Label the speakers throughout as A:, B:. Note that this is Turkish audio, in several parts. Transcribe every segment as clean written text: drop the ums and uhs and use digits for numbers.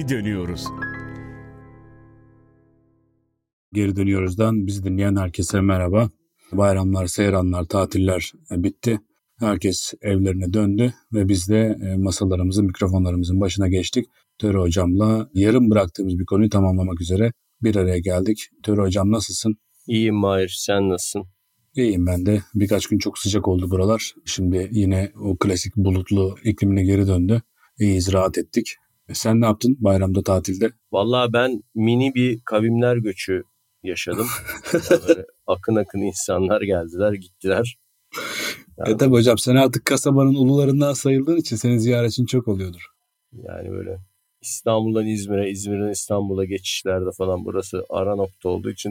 A: geri dönüyoruz.
B: Geri dönüyoruzdan bizi dinleyen herkese merhaba. Bayramlar, seyranlar, tatiller bitti. Herkes evlerine döndü ve biz de masalarımızın, mikrofonlarımızın başına geçtik. Töre Hocam'la yarım bıraktığımız bir konuyu tamamlamak üzere bir araya geldik. Töre Hocam nasılsın?
C: İyiyim Mahir, sen nasılsın?
B: İyiyim ben de. Birkaç gün çok sıcak oldu buralar. Şimdi yine o klasik bulutlu iklimine geri döndü. İyiyiz, rahat ettik. Sen ne yaptın bayramda, tatilde?
C: Vallahi ben mini bir kavimler göçü yaşadım. Böyle akın akın insanlar geldiler, gittiler.
B: Yani, tabii hocam, sen artık kasabanın ulularından sayıldığın için senin ziyaretin çok oluyordur.
C: Yani böyle İstanbul'dan İzmir'e, İzmir'den İstanbul'a geçişlerde falan burası ara nokta olduğu için.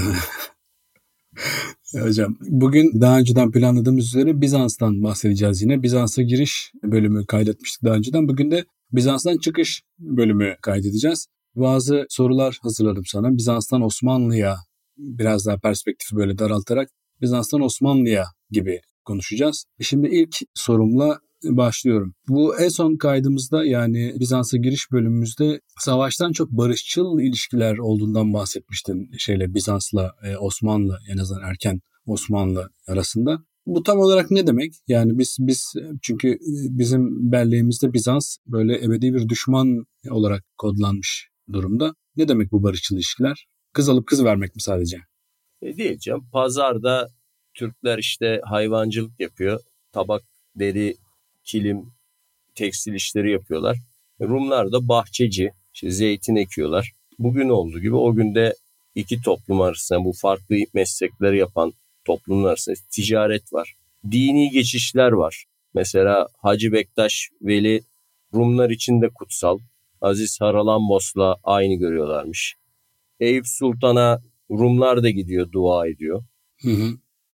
B: Hocam bugün daha önceden planladığımız üzere Bizans'tan bahsedeceğiz yine. Bizans'a giriş bölümü kaydetmiştik daha önceden. Bugün de Bizans'tan çıkış bölümü kaydedeceğiz. Bazı sorular hazırladım sana. Bizans'tan Osmanlı'ya biraz daha perspektifi böyle daraltarak Bizans'tan Osmanlı'ya gibi konuşacağız. Şimdi ilk sorumla başlıyorum. Bu en son kaydımızda, yani Bizans'a giriş bölümümüzde savaştan çok barışçıl ilişkiler olduğundan bahsetmiştin Bizans'la Osmanlı, en azından erken Osmanlı arasında. Bu tam olarak ne demek? Yani biz çünkü bizim belleğimizde Bizans böyle ebedi bir düşman olarak kodlanmış durumda. Ne demek bu barışçıl ilişkiler? Kız alıp kız vermek mi sadece?
C: Değil canım. Pazarda Türkler işte hayvancılık yapıyor. Tabak, deri, kilim, tekstil işleri yapıyorlar. Rumlar da bahçeci, işte zeytin ekiyorlar. Bugün olduğu gibi o günde iki toplum arasında, bu farklı meslekleri yapan toplumlar arasında ticaret var. Dini geçişler var. Mesela Hacı Bektaş Veli Rumlar için de kutsal. Aziz Haralambos'la aynı görüyorlarmış. Eyüp Sultan'a Rumlar da gidiyor, dua ediyor.
B: Hı hı.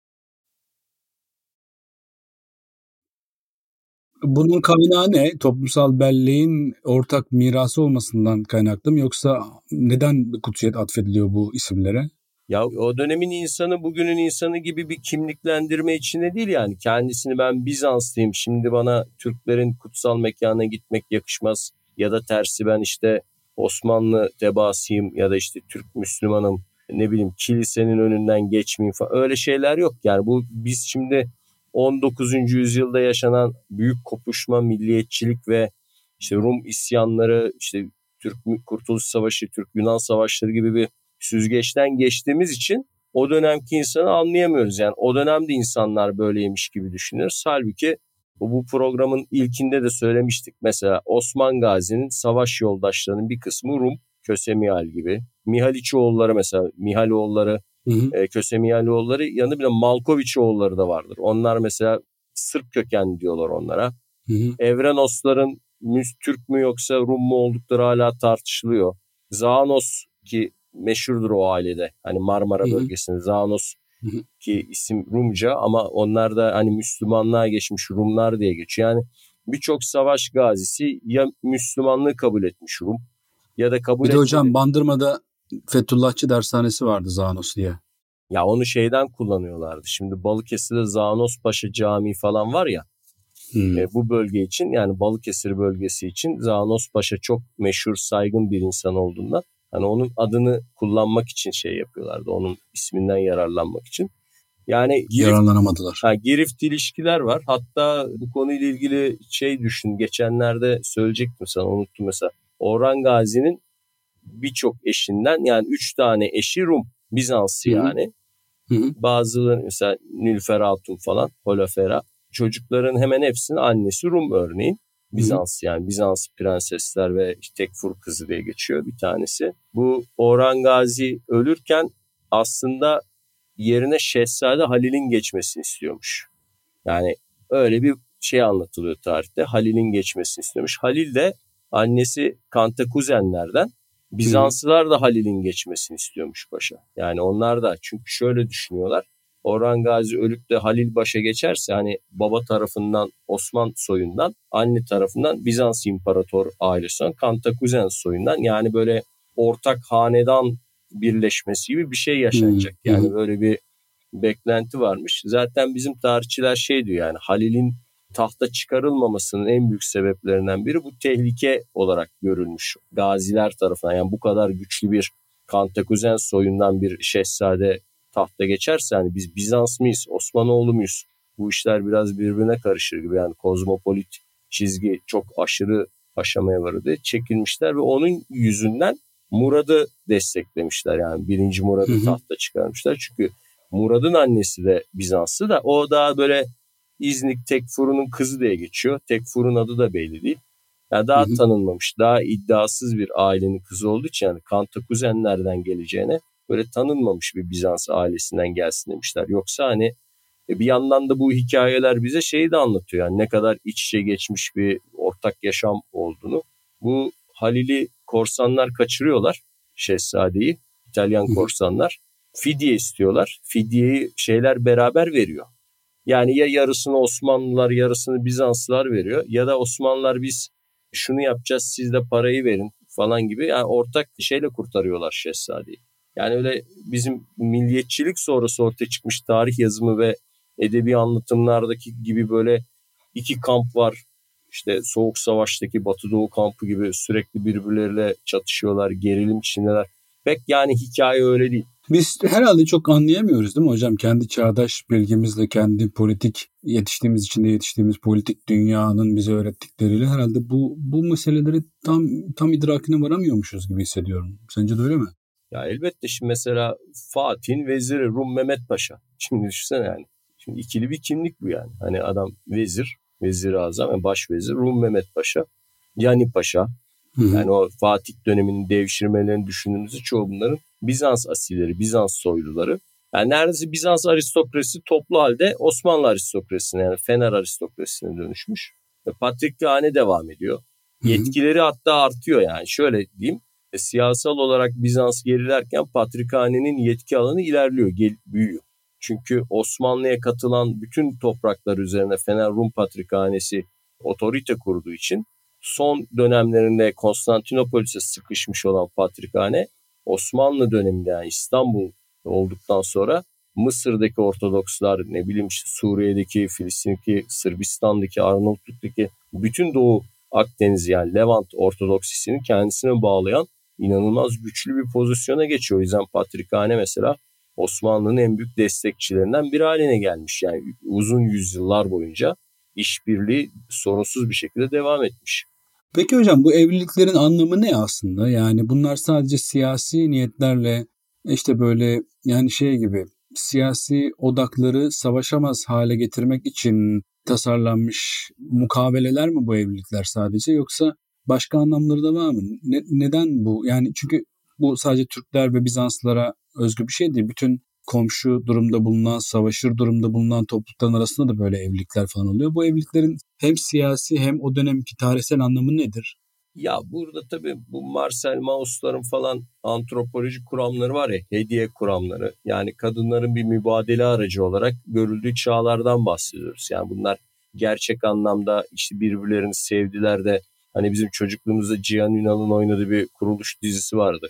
B: Bunun kaynağı ne? Toplumsal belleğin ortak mirası olmasından kaynaklı mı, yoksa neden kutsiyet atfediliyor bu isimlere?
C: Ya o dönemin insanı bugünün insanı gibi bir kimliklendirme içinde değil yani. Kendisini ben Bizanslıyım, şimdi bana Türklerin kutsal mekanına gitmek yakışmaz. Ya da tersi, ben işte Osmanlı tebaasıyım ya da işte Türk Müslümanım, ne bileyim kilisenin önünden geçmeyeyim falan. Öyle şeyler yok. Yani bu biz şimdi 19. yüzyılda yaşanan büyük kopuşma, milliyetçilik ve işte Rum isyanları, işte Türk Kurtuluş Savaşı, Türk-Yunan Savaşları gibi bir süzgeçten geçtiğimiz için o dönemki insanı anlayamıyoruz. Yani o dönemde insanlar böyleymiş gibi düşünüyoruz. Halbuki bu programın ilkinde de söylemiştik. Mesela Osman Gazi'nin savaş yoldaşlarının bir kısmı Rum, Köse Mihal gibi. Mihaliçoğulları, mesela Mihaloğulları, Köse Mihalioğulları, yanında bir de Malkoviçoğulları da vardır. Onlar mesela Sırp kökenli diyorlar onlara. Evrenosların Türk mü yoksa Rum mu oldukları hala tartışılıyor. Zaanos ki meşhurdur o ailede. Hani Marmara bölgesinde Zaanos ki isim Rumca ama onlar da hani Müslümanlığa geçmiş Rumlar diye geçiyor. Yani birçok savaş gazisi ya Müslümanlığı kabul etmiş Rum ya da kabul
B: etmedi. Bir de hocam
C: Bandırma'da
B: Fethullahçı dershanesi vardı, Zaanos diye.
C: Ya onu şeyden kullanıyorlardı. Şimdi Balıkesir'de Zaanos Paşa Camii falan var ya. Bu bölge için, yani Balıkesir bölgesi için Zaanos Paşa çok meşhur, saygın bir insan olduğundan hani onun adını kullanmak için şey yapıyorlardı. Onun isminden yararlanmak için. Yani
B: yararlanamadılar.
C: Girift ilişkiler var. Hatta bu konuyla ilgili düşün. Geçenlerde söyleyecektim sana, unuttum mesela. Orhan Gazi'nin birçok eşinden, yani 3 tane eşi Rum. Bizanslı yani. Bazıları mesela Nülfer Hatun falan, Holofera. Çocukların hemen hepsinin annesi Rum örneğin. Bizans, yani Bizans prensesler ve Tekfur kızı diye geçiyor bir tanesi. Bu Orhan Gazi ölürken aslında yerine Şehzade Halil'in geçmesini istiyormuş. Yani öyle bir şey anlatılıyor tarihte. Halil'in geçmesini istiyormuş. Halil de annesi Kantakuzenlerden. Bizanslılar da Halil'in geçmesini istiyormuş başa. Yani onlar da, çünkü şöyle düşünüyorlar. Orhan Gazi ölüp de Halil başa geçerse, hani baba tarafından Osman soyundan, anne tarafından Bizans İmparator ailesinden Kantakuzen soyundan, yani böyle ortak hanedan birleşmesi gibi bir şey yaşanacak. Yani böyle bir beklenti varmış. Zaten bizim tarihçiler diyor, yani Halil'in tahta çıkarılmamasının en büyük sebeplerinden biri bu tehlike olarak görülmüş gaziler tarafından. Yani bu kadar güçlü bir Kantakuzen soyundan bir şehzade tahta geçerse hani biz Bizans mıyız, Osmanoğlu muyuz? Bu işler biraz birbirine karışır gibi. Yani kozmopolit çizgi çok aşırı aşamaya vardı. Çekilmişler ve onun yüzünden Murad'ı desteklemişler. Yani 1. Murad'ı tahta çıkarmışlar. Çünkü Murad'ın annesi de Bizanslı da o daha böyle İznik Tekfuru'nun kızı diye geçiyor. Tekfur'un adı da belli değil. Yani daha tanınmamış, daha iddiasız bir ailenin kızı olduğu için yani Kantakuzenlerden geleceğine böyle tanınmamış bir Bizans ailesinden gelsin demişler. Yoksa hani bir yandan da bu hikayeler bize şeyi de anlatıyor. Yani ne kadar iç içe geçmiş bir ortak yaşam olduğunu. Bu Halil'i korsanlar kaçırıyorlar, şehzadeyi, İtalyan korsanlar. Fidye istiyorlar. Fidyeyi şeyler beraber veriyor. Yani ya yarısını Osmanlılar yarısını Bizanslılar veriyor ya da Osmanlılar biz şunu yapacağız siz de parayı verin falan gibi yani ortak şeyle kurtarıyorlar şehzadeyi. Yani öyle bizim milliyetçilik sonrası ortaya çıkmış tarih yazımı ve edebi anlatımlardaki gibi böyle iki kamp var. İşte Soğuk Savaş'taki Batı Doğu kampı gibi sürekli birbirleriyle çatışıyorlar, gerilim içindeler. Pek yani hikaye öyle değil.
B: Biz herhalde çok anlayamıyoruz değil mi hocam? Kendi çağdaş bilgimizle, kendi politik içinde yetiştiğimiz politik dünyanın bize öğrettikleriyle herhalde bu meseleleri tam idrakine varamıyormuşuz gibi hissediyorum. Sence de öyle mi?
C: Ya elbette şimdi mesela Fatih'in veziri Rum Mehmet Paşa. Şimdi düşünsene yani. Şimdi ikili bir kimlik bu yani. Hani adam vezir-i azam, yani başvezir Rum Mehmet Paşa, Yani Paşa. Yani o Fatih döneminin devşirmelerini düşündüğümüzde çoğu bunların Bizans asilleri, Bizans soyluları. Yani neredeyse Bizans aristokrasisi toplu halde Osmanlı aristokrasisine yani Fener aristokrasisine dönüşmüş. Ve Patrikhane devam ediyor. Yetkileri hatta artıyor yani. Şöyle diyeyim. Siyasal olarak Bizans gerilerken Patrikhane'nin yetki alanı ilerliyor, büyüyor. Çünkü Osmanlı'ya katılan bütün topraklar üzerine Fener Rum Patrikhanesi otorite kurduğu için son dönemlerinde Konstantinopolis'e sıkışmış olan Patrikhane Osmanlı döneminde yani İstanbul olduktan sonra Mısır'daki Ortodokslar, ne bileyim işte Suriye'deki, Filistin'deki, Sırbistan'daki, Arnavutluk'taki bütün Doğu Akdeniz yani Levant Ortodoksisini kendisine bağlayan inanılmaz güçlü bir pozisyona geçiyor. O yüzden Patrikhane mesela Osmanlı'nın en büyük destekçilerinden biri haline gelmiş. Yani uzun yüzyıllar boyunca işbirliği sorunsuz bir şekilde devam etmiş.
B: Peki hocam bu evliliklerin anlamı ne aslında? Yani bunlar sadece siyasi niyetlerle işte böyle yani şey gibi siyasi odakları savaşamaz hale getirmek için tasarlanmış mukaveleler mi bu evlilikler sadece yoksa başka anlamları da var mı? Neden bu? Yani çünkü bu sadece Türkler ve Bizanslılara özgü bir şey değil. Bütün komşu durumda bulunan, savaşır durumda bulunan toplulukların arasında da böyle evlilikler falan oluyor. Bu evliliklerin hem siyasi hem o dönemki tarihsel anlamı nedir?
C: Ya burada tabii bu Marcel Mauss'ların falan antropolojik kuramları var ya, hediye kuramları. Yani kadınların bir mübadele aracı olarak görüldüğü çağlardan bahsediyoruz. Yani bunlar gerçek anlamda işte birbirlerini sevdiler de hani bizim çocukluğumuzda Cihan Ünal'ın oynadığı bir kuruluş dizisi vardı.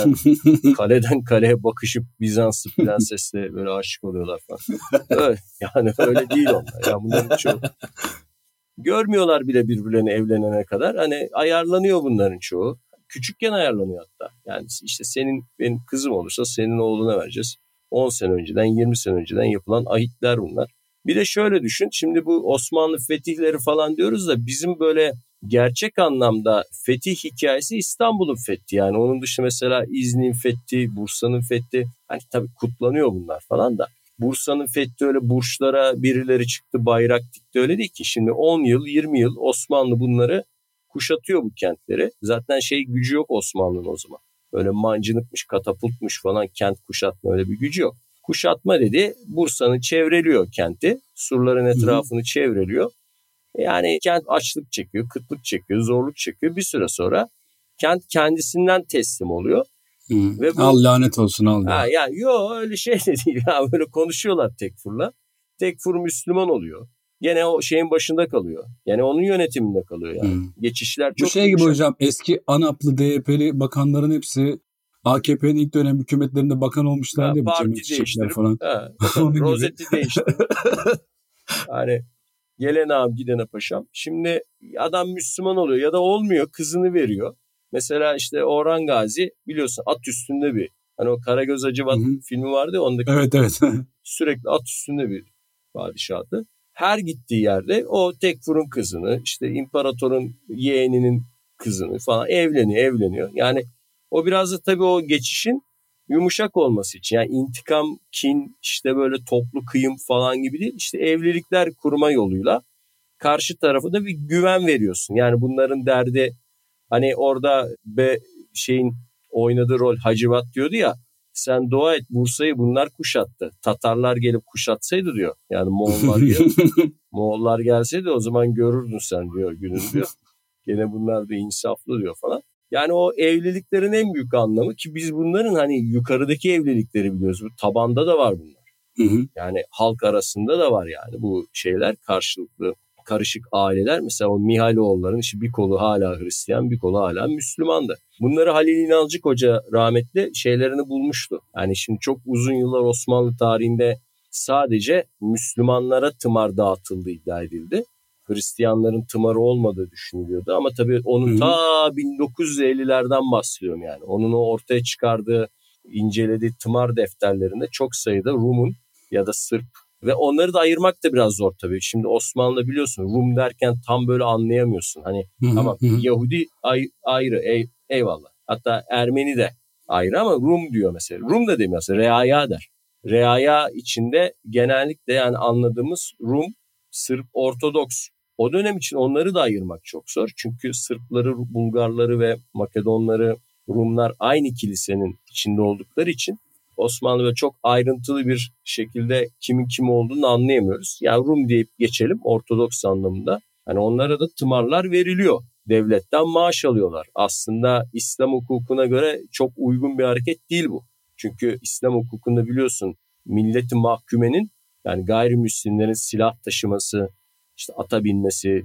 C: Kaleden kaleye bakışıp Bizanslı prensesle böyle aşık oluyorlar falan. Öyle, yani öyle değil onlar. Yani bunların çoğu görmüyorlar bile birbirlerini evlenene kadar. Hani ayarlanıyor bunların çoğu. Küçükken ayarlanıyor hatta. Yani işte benim kızım olursa senin oğluna vereceğiz. 10 sene önceden 20 sene önceden yapılan ahitler bunlar. Bir de şöyle düşün. Şimdi bu Osmanlı fetihleri falan diyoruz da bizim böyle gerçek anlamda fetih hikayesi İstanbul'un fethi. Yani onun dışı mesela İznik'in fethi, Bursa'nın fethi. Hani tabii kutlanıyor bunlar falan da. Bursa'nın fethi öyle burçlara birileri çıktı bayrak dikti öyle değil ki. Şimdi 10 yıl 20 yıl Osmanlı bunları kuşatıyor bu kentleri. Zaten gücü yok Osmanlı'nın o zaman. Öyle mancınıkmış katapultmuş falan kent kuşatma öyle bir gücü yok. Kuşatma dedi Bursa'nı çevreliyor kenti. Surların etrafını çevreliyor. Yani kent açlık çekiyor, kıtlık çekiyor, zorluk çekiyor. Bir süre sonra kent kendisinden teslim oluyor.
B: Ve bu, al lanet olsun al ya.
C: Yani yok öyle şey de değil. Ya, böyle konuşuyorlar Tekfur'la. Tekfur Müslüman oluyor. Gene o şeyin başında kalıyor. Yani onun yönetiminde kalıyor yani. Geçişler çok.
B: Bu şey gibi hocam eski ANAP'lı DYP'li bakanların hepsi AKP'nin ilk dönem hükümetlerinde bakan olmuşlar diye.
C: Parti değiştirip falan. Rozeti değiştirip. Yani Gelene ağam gidene paşam. Şimdi adam Müslüman oluyor ya da olmuyor, kızını veriyor. Mesela işte Orhan Gazi biliyorsun at üstünde bir. Hani o Karagöz Hacivat filmi vardı ya, ondaki
B: Evet.
C: sürekli at üstünde bir padişahtı. Her gittiği yerde o Tekfur'un kızını, işte imparatorun yeğeninin kızını falan evleniyor. Yani o biraz da tabii o geçişin yumuşak olması için. Yani intikam, kin, işte böyle toplu kıyım falan gibi değil. İşte evlilikler kurma yoluyla karşı tarafı da bir güven veriyorsun. Yani bunların derdi, hani orada şeyin oynadığı rol Hacivat diyordu ya, sen dua et Bursa'yı bunlar kuşattı. Tatarlar gelip kuşatsaydı diyor. Yani Moğollar gelseydi o zaman görürdün sen diyor gününü diyor. Gene bunlar da insaflı diyor falan. Yani o evliliklerin en büyük anlamı, ki biz bunların hani yukarıdaki evlilikleri biliyoruz. Bu tabanda da var bunlar. Yani halk arasında da var yani bu şeyler, karşılıklı karışık aileler. Mesela o Mihaloğulların işte bir kolu hala Hristiyan, bir kolu hala Müslümandı. Bunları Halil İnalcık Hoca rahmetli şeylerini bulmuştu. Yani şimdi çok uzun yıllar Osmanlı tarihinde sadece Müslümanlara tımar dağıtıldığı iddia edildi. Hristiyanların tımarı olmadığı düşünülüyordu. Ama tabii onun ta 1950'lerden bahsediyorum yani. Onun o ortaya çıkardığı, incelediği tımar defterlerinde çok sayıda Rum'un ya da Sırp, ve onları da ayırmak da biraz zor tabii. Şimdi Osmanlı biliyorsun, Rum derken tam böyle anlayamıyorsun. Hani tamam Yahudi ayrı, eyvallah. Hatta Ermeni de ayrı ama Rum diyor mesela. Rum da demiyor mesela, Reaya der. Reaya içinde genellikle yani anladığımız Rum, Sırp, Ortodoks. O dönem için onları da ayırmak çok zor. Çünkü Sırpları, Bulgarları ve Makedonları, Rumlar aynı kilisenin içinde oldukları için Osmanlı böyle çok ayrıntılı bir şekilde kimin kim olduğunu anlayamıyoruz. Yani Rum deyip geçelim Ortodoks anlamında. Hani onlara da tımarlar veriliyor. Devletten maaş alıyorlar. Aslında İslam hukukuna göre çok uygun bir hareket değil bu. Çünkü İslam hukukunda biliyorsun milleti mahkumenin, yani gayrimüslimlerin silah taşıması, işte ata binmesi,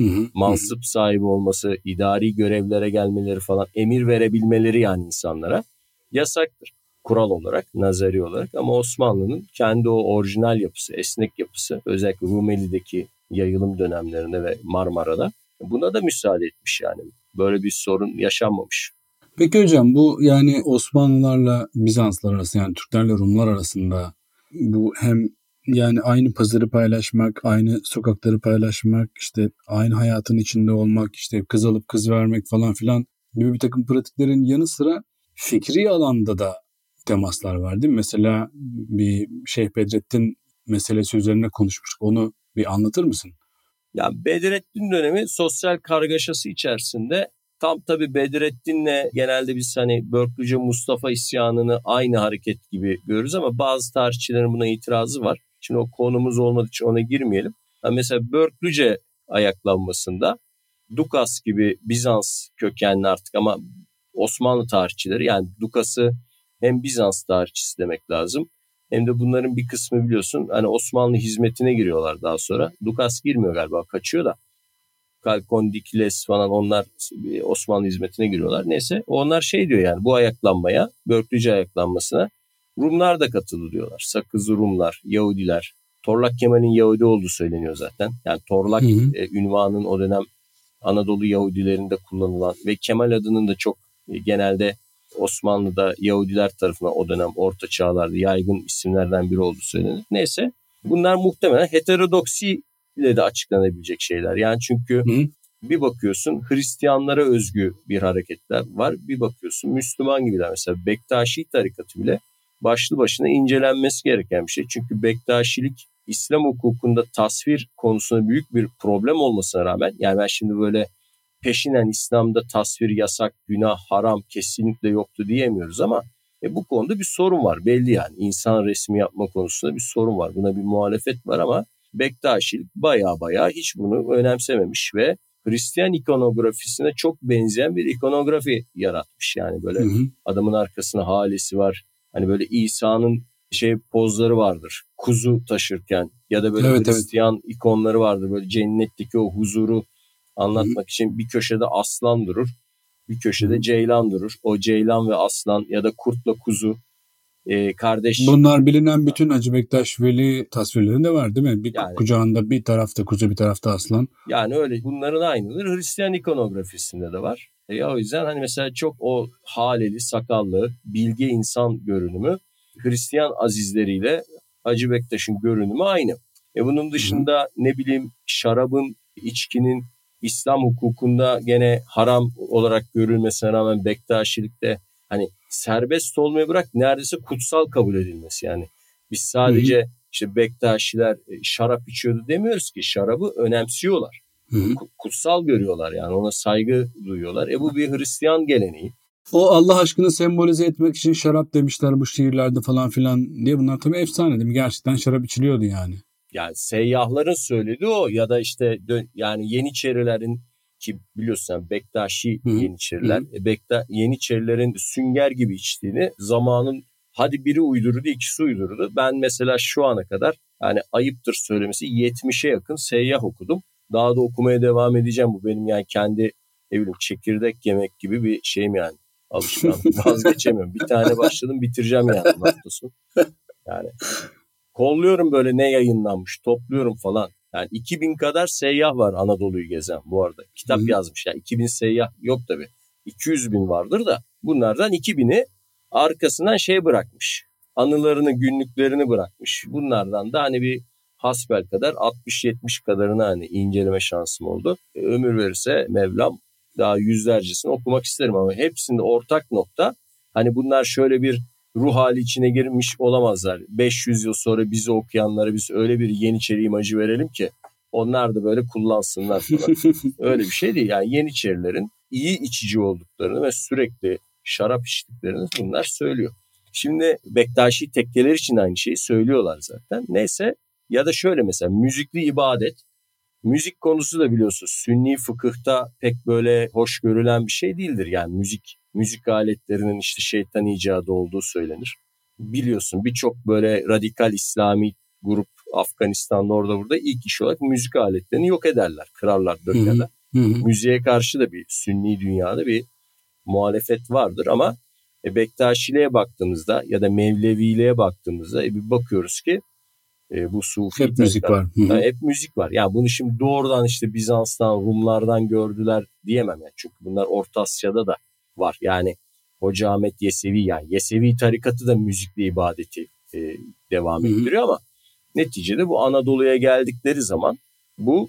C: mansıp sahibi olması, idari görevlere gelmeleri falan, emir verebilmeleri yani insanlara yasaktır. Kural olarak, nazari olarak. Ama Osmanlı'nın kendi o orijinal yapısı, esnek yapısı, özellikle Rumeli'deki yayılım dönemlerinde ve Marmara'da buna da müsaade etmiş yani. Böyle bir sorun yaşanmamış.
B: Peki hocam, bu yani Osmanlılarla Bizanslar arasında, yani Türklerle Rumlar arasında bu hem yani aynı pazarı paylaşmak, aynı sokakları paylaşmak, işte aynı hayatın içinde olmak, işte kız alıp kız vermek falan filan gibi bir takım pratiklerin yanı sıra fikri alanda da temaslar var değil mi? Mesela bir Şeyh Bedrettin meselesi üzerine konuşmuştuk. Onu bir anlatır mısın?
C: Ya Bedrettin dönemi sosyal kargaşası içerisinde, tam tabii Bedrettin'le genelde biz hani Börklüce Mustafa isyanını aynı hareket gibi görürüz ama bazı tarihçilerin buna itirazı var. Şimdi o konumuz olmadığı için ona girmeyelim. Mesela Börklüce ayaklanmasında Dukas gibi Bizans kökenli artık ama Osmanlı tarihçileri, yani Dukas'ı hem Bizans tarihçisi demek lazım, hem de bunların bir kısmı biliyorsun hani Osmanlı hizmetine giriyorlar daha sonra. Dukas girmiyor galiba, kaçıyor da. Kalkon, Dikles falan, onlar Osmanlı hizmetine giriyorlar. Neyse, onlar şey diyor yani, bu ayaklanmaya, Börklüce ayaklanmasına Rumlar da katıldı diyorlar. Sakızlı Rumlar, Yahudiler. Torlak Kemal'in Yahudi olduğu söyleniyor zaten. Yani Torlak ünvanın o dönem Anadolu Yahudilerinde kullanılan ve Kemal adının da çok genelde Osmanlı'da Yahudiler tarafından o dönem orta çağlarda yaygın isimlerden biri olduğu söylenir. Neyse, bunlar muhtemelen heterodoksi ile de açıklanabilecek şeyler. Yani çünkü bir bakıyorsun Hristiyanlara özgü bir hareketler var. Bir bakıyorsun Müslüman gibiler. Mesela Bektaşi tarikatı bile başlı başına incelenmesi gereken bir şey. Çünkü Bektaşilik İslam hukukunda tasvir konusunda büyük bir problem olmasına rağmen, yani ben şimdi böyle peşinen İslam'da tasvir yasak, günah, haram kesinlikle yoktu diyemiyoruz ama bu konuda bir sorun var belli yani. İnsan resmi yapma konusunda bir sorun var. Buna bir muhalefet var ama Bektaşilik baya hiç bunu önemsememiş ve Hristiyan ikonografisine çok benzeyen bir ikonografi yaratmış. Yani böyle adamın arkasına halesi var. Hani böyle İsa'nın pozları vardır. Kuzu taşırken ya da böyle Hristiyan ikonları vardır. Böyle cennetteki o huzuru anlatmak için bir köşede aslan durur. Bir köşede ceylan durur. O ceylan ve aslan ya da kurtla kuzu kardeş.
B: Bunlar bilinen bütün Hacı Bektaş Veli tasvirlerinde var değil mi? Bir
C: yani,
B: kucağında bir tarafta kuzu, bir tarafta aslan.
C: Yani öyle bunların aynıları Hristiyan ikonografisinde de var. O yüzden hani mesela çok o haleli, sakallı, bilge insan görünümü Hristiyan azizleriyle Hacı Bektaş'ın görünümü aynı. Bunun dışında ne bileyim şarabın, içkinin İslam hukukunda gene haram olarak görülmesine rağmen Bektaşilikte hani serbest olmayı bırak neredeyse kutsal kabul edilmesi yani. Biz sadece işte Bektaşiler şarap içiyordu demiyoruz ki, şarabı önemsiyorlar. Kutsal görüyorlar yani, ona saygı duyuyorlar. Bu bir Hristiyan geleneği.
B: O Allah aşkını sembolize etmek için şarap demişler bu şiirlerde falan filan diye. Bunlar tabii efsane değil mi? Gerçekten şarap içiliyordu yani.
C: Yani seyyahların söylediği o, ya da işte yani Yeniçerilerin, ki biliyorsun yani Bektaşi Yeniçeriler, Yeniçerilerin sünger gibi içtiğini zamanın, hadi biri uydurdu, ikisi uydurdu. Ben mesela şu ana kadar, yani ayıptır söylemesi, 70'e yakın seyyah okudum. Daha da okumaya devam edeceğim. Bu benim yani kendi ne bileyim çekirdek yemek gibi bir şeyim yani. Alışkanlık. Vazgeçemiyorum. Bir tane başladım, bitireceğim yani hafta sonu. Yani kolluyorum böyle ne yayınlanmış, topluyorum falan. Yani 2000 kadar seyyah var Anadolu'yu gezen bu arada. Kitap yazmış yani, 2000 seyyah yok tabii. 200 bin vardır da bunlardan 2000'i arkasından bırakmış. Anılarını, günlüklerini bırakmış. Bunlardan da hani bir hasbel kadar 60-70 kadarını hani inceleme şansım oldu. Ömür verirse Mevlam daha yüzlercesini okumak isterim ama hepsinde ortak nokta, hani bunlar şöyle bir ruh hali içine girmiş olamazlar. 500 yıl sonra bizi okuyanlara biz öyle bir Yeniçeri imajı verelim ki onlar da böyle kullansınlar falan. Öyle bir şey değil. Yani Yeniçerilerin iyi içici olduklarını ve sürekli şarap içtiklerini bunlar söylüyor. Şimdi Bektaşi tekkeler için aynı şeyi söylüyorlar zaten. Neyse, ya da şöyle mesela müzikli ibadet. Müzik konusu da biliyorsun Sünni fıkıhta pek böyle hoş görülen bir şey değildir. Yani müzik aletlerinin işte şeytan icadı olduğu söylenir. Biliyorsun birçok böyle radikal İslami grup Afganistan'da orada burada ilk iş olarak müzik aletlerini yok ederler, kırarlar, dökerler. Müziğe karşı da bir Sünni dünyada bir muhalefet vardır ama Bektaşiliğe baktığımızda ya da Mevleviliğe baktığımızda bir bakıyoruz ki bu Sufi
B: hep müzik var.
C: Hep müzik var. Yani bunu şimdi doğrudan işte Bizans'tan, Rumlardan gördüler diyemem yani. Çünkü bunlar Orta Asya'da da var. Yani Hoca Ahmet Yesevi, yani Yesevi tarikatı da müzikle ibadeti devam ettiriyor ama neticede bu Anadolu'ya geldikleri zaman bu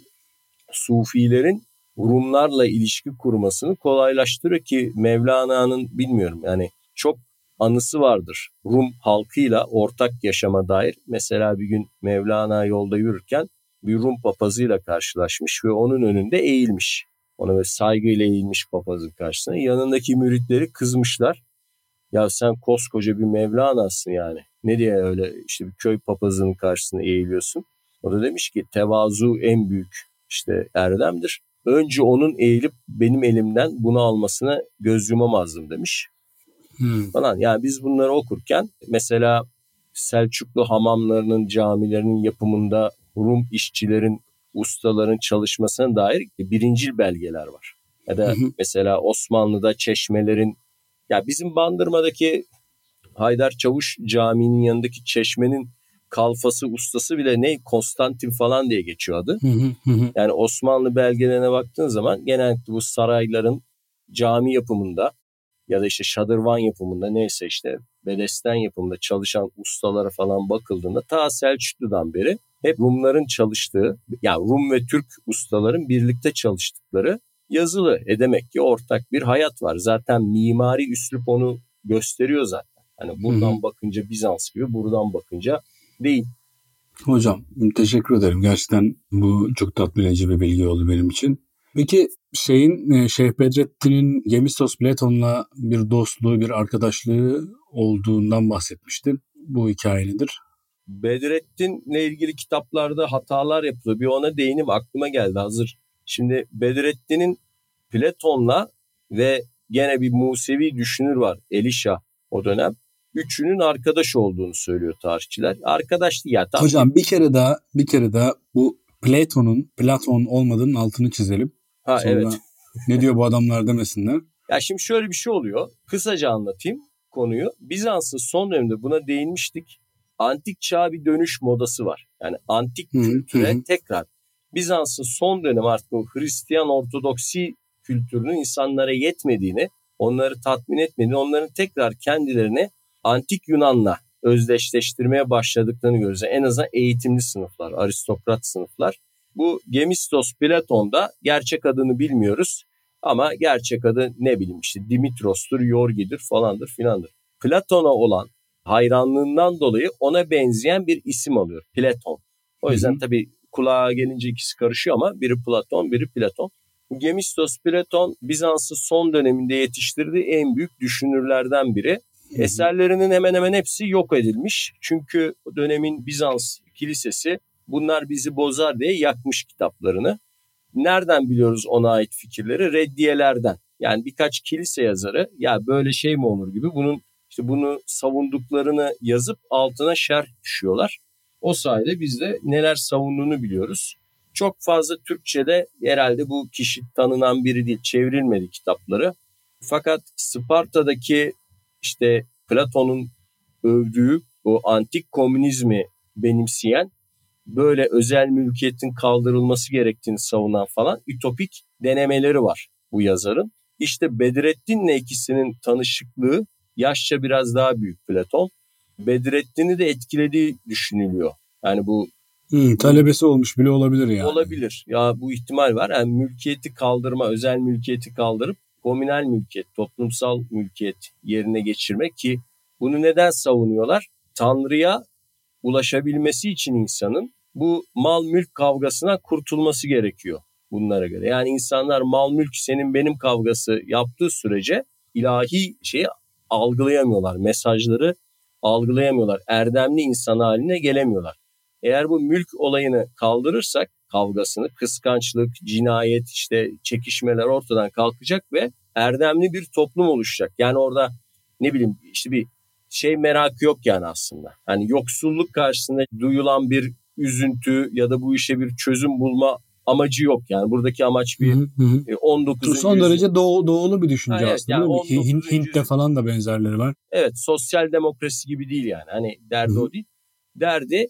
C: Sufilerin Rumlarla ilişki kurmasını kolaylaştırıyor ki Mevlana'nın bilmiyorum yani çok anısı vardır Rum halkıyla ortak yaşama dair. Mesela bir gün Mevlana yolda yürürken bir Rum papazıyla karşılaşmış ve onun önünde eğilmiş. Ona böyle saygıyla eğilmiş papazın karşısına. Yanındaki müritleri kızmışlar. Ya sen koskoca bir Mevlana'sın yani. Ne diye öyle işte bir köy papazının karşısına eğiliyorsun? O da demiş ki tevazu en büyük işte erdemdir. Önce onun eğilip benim elimden bunu almasına göz yumamazdım demiş. Falan. Yani biz bunları okurken mesela Selçuklu hamamlarının, camilerinin yapımında Rum işçilerin, ustaların çalışmasına dair birincil belgeler var. Ya da mesela Osmanlı'da çeşmelerin, ya bizim Bandırma'daki Haydar Çavuş Camii'nin yanındaki çeşmenin kalfası, ustası bile ne Konstantin falan diye geçiyor adı. Yani Osmanlı belgelerine baktığın zaman genellikle bu sarayların cami yapımında ya da işte şadırvan yapımında, neyse işte bedesten yapımında çalışan ustalara falan bakıldığında ta Selçuklu'dan beri hep Rumların çalıştığı, yani Rum ve Türk ustaların birlikte çalıştıkları yazılı. Demek ki ortak bir hayat var. Zaten mimari üslup onu gösteriyor zaten. Hani buradan bakınca Bizans gibi, buradan bakınca değil.
B: Hocam teşekkür ederim. Gerçekten bu çok tatmin edici bir bilgi oldu benim için. Peki Şeyh Bedrettin'in Gemistos Platon'la bir dostluğu, bir arkadaşlığı olduğundan bahsetmiştin. Bu hikaye nedir?
C: Bedrettin'le ilgili kitaplarda hatalar yapılıyor. Bir ona değinim, aklıma geldi hazır. Şimdi Bedrettin'in Platon'la ve gene bir Musevi düşünür var, Elisha, o dönem. Üçünün arkadaş olduğunu söylüyor tarihçiler. Arkadaş değil ya.
B: Hocam bir kere daha bu Platon olmadığının altını çizelim. Sonra
C: Evet.
B: ne diyor bu adamlar demesinler.
C: Ya şimdi şöyle bir şey oluyor. Kısaca anlatayım. konuyu. Bizans'ın son döneminde buna değinmiştik. Antik çağa bir dönüş modası var. Yani antik kültüre tekrar Bizans'ın son dönem artık o Hristiyan Ortodoksi kültürünün insanlara yetmediğini, onları tatmin etmediğini, onların tekrar kendilerini antik Yunan'la özdeşleştirmeye başladıklarını görüyoruz. En azından eğitimli sınıflar, aristokrat sınıflar. Bu Gemistos Platon'da gerçek adını bilmiyoruz. Ama gerçek adı ne bileyim işte Dimitros'tur, Yorgi'dir falandır filandır. Platon'a olan hayranlığından dolayı ona benzeyen bir isim alıyor. Platon. O yüzden tabii kulağa gelince ikisi karışıyor ama biri Platon, biri Platon. Gemistos Platon Bizans'ın son döneminde yetiştirdiği en büyük düşünürlerden biri. Eserlerinin hemen hemen hepsi yok edilmiş. Çünkü o dönemin Bizans kilisesi bunlar bizi bozar diye yakmış kitaplarını. Nereden biliyoruz ona ait fikirleri? Reddiyelerden. Yani birkaç kilise yazarı ya böyle şey mi olur gibi bunu savunduklarını yazıp altına şerh düşüyorlar. O sayede biz de neler savunduğunu biliyoruz. Çok fazla Türkçe'de herhalde bu kişi tanınan biri değil, çevrilmedi kitapları. Fakat Sparta'daki işte Platon'un övdüğü o antik komünizmi benimseyen, böyle özel mülkiyetin kaldırılması gerektiğini savunan falan ütopik denemeleri var bu yazarın. İşte Bedrettin'le ikisinin tanışıklığı yaşça biraz daha büyük Platon. Bedrettin'i de etkilediği düşünülüyor. Yani bu
B: talebesi olmuş bile olabilir yani.
C: Olabilir. Ya bu ihtimal var. Yani mülkiyeti kaldırma, özel mülkiyeti kaldırıp komünal mülkiyet, toplumsal mülkiyet yerine geçirmek ki bunu neden savunuyorlar? Tanrı'ya ulaşabilmesi için insanın bu mal mülk kavgasına kurtulması gerekiyor bunlara göre. Yani insanlar mal mülk senin benim kavgası yaptığı sürece ilahi şeyi algılayamıyorlar. Mesajları algılayamıyorlar. Erdemli insan haline gelemiyorlar. Eğer bu mülk olayını kaldırırsak kavgasını, kıskançlık, cinayet, işte çekişmeler ortadan kalkacak ve erdemli bir toplum oluşacak. Yani orada ne bileyim işte bir şey merakı yok yani aslında. Hani yoksulluk karşısında duyulan bir üzüntü ya da bu işe bir çözüm bulma amacı yok yani. Buradaki amaç bir 19.
B: Son derece doğulu bir düşünce
C: evet,
B: aslında.
C: yani
B: Değil mi?
C: 19.
B: Hint'te falan da benzerleri var.
C: Evet, sosyal demokrasi gibi değil yani. Hani derdi o değil. Derdi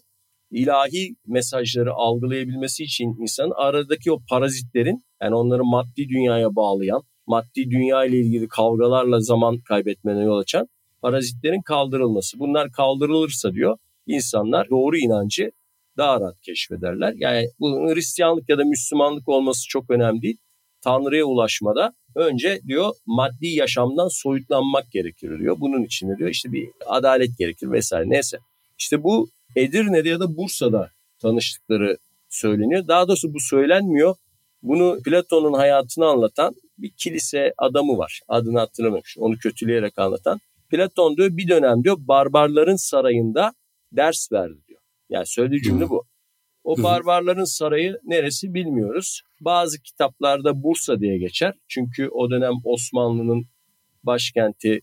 C: ilahi mesajları algılayabilmesi için insanın aradaki o parazitlerin, yani onları maddi dünyaya bağlayan, maddi dünya ile ilgili kavgalarla zaman kaybetmene yol açan parazitlerin kaldırılması. Bunlar kaldırılırsa diyor insanlar doğru inancı daha rahat keşfederler. Yani bu Hristiyanlık ya da Müslümanlık olması çok önemli değil. Tanrı'ya ulaşmada önce diyor maddi yaşamdan soyutlanmak gerekir diyor. Bunun için de diyor işte bir adalet gerekir vesaire neyse. İşte bu Edirne'de ya da Bursa'da tanıştıkları söyleniyor. Daha doğrusu bu söylenmiyor. Bunu Platon'un hayatını anlatan bir kilise adamı var. Adını hatırlamıyorum. Onu kötüleyerek anlatan. Platon diyor bir dönem diyor barbarların sarayında ders verdi diyor. Yani söylediği cümle bu. O barbarların sarayı neresi bilmiyoruz. Bazı kitaplarda Bursa diye geçer. Çünkü o dönem Osmanlı'nın başkenti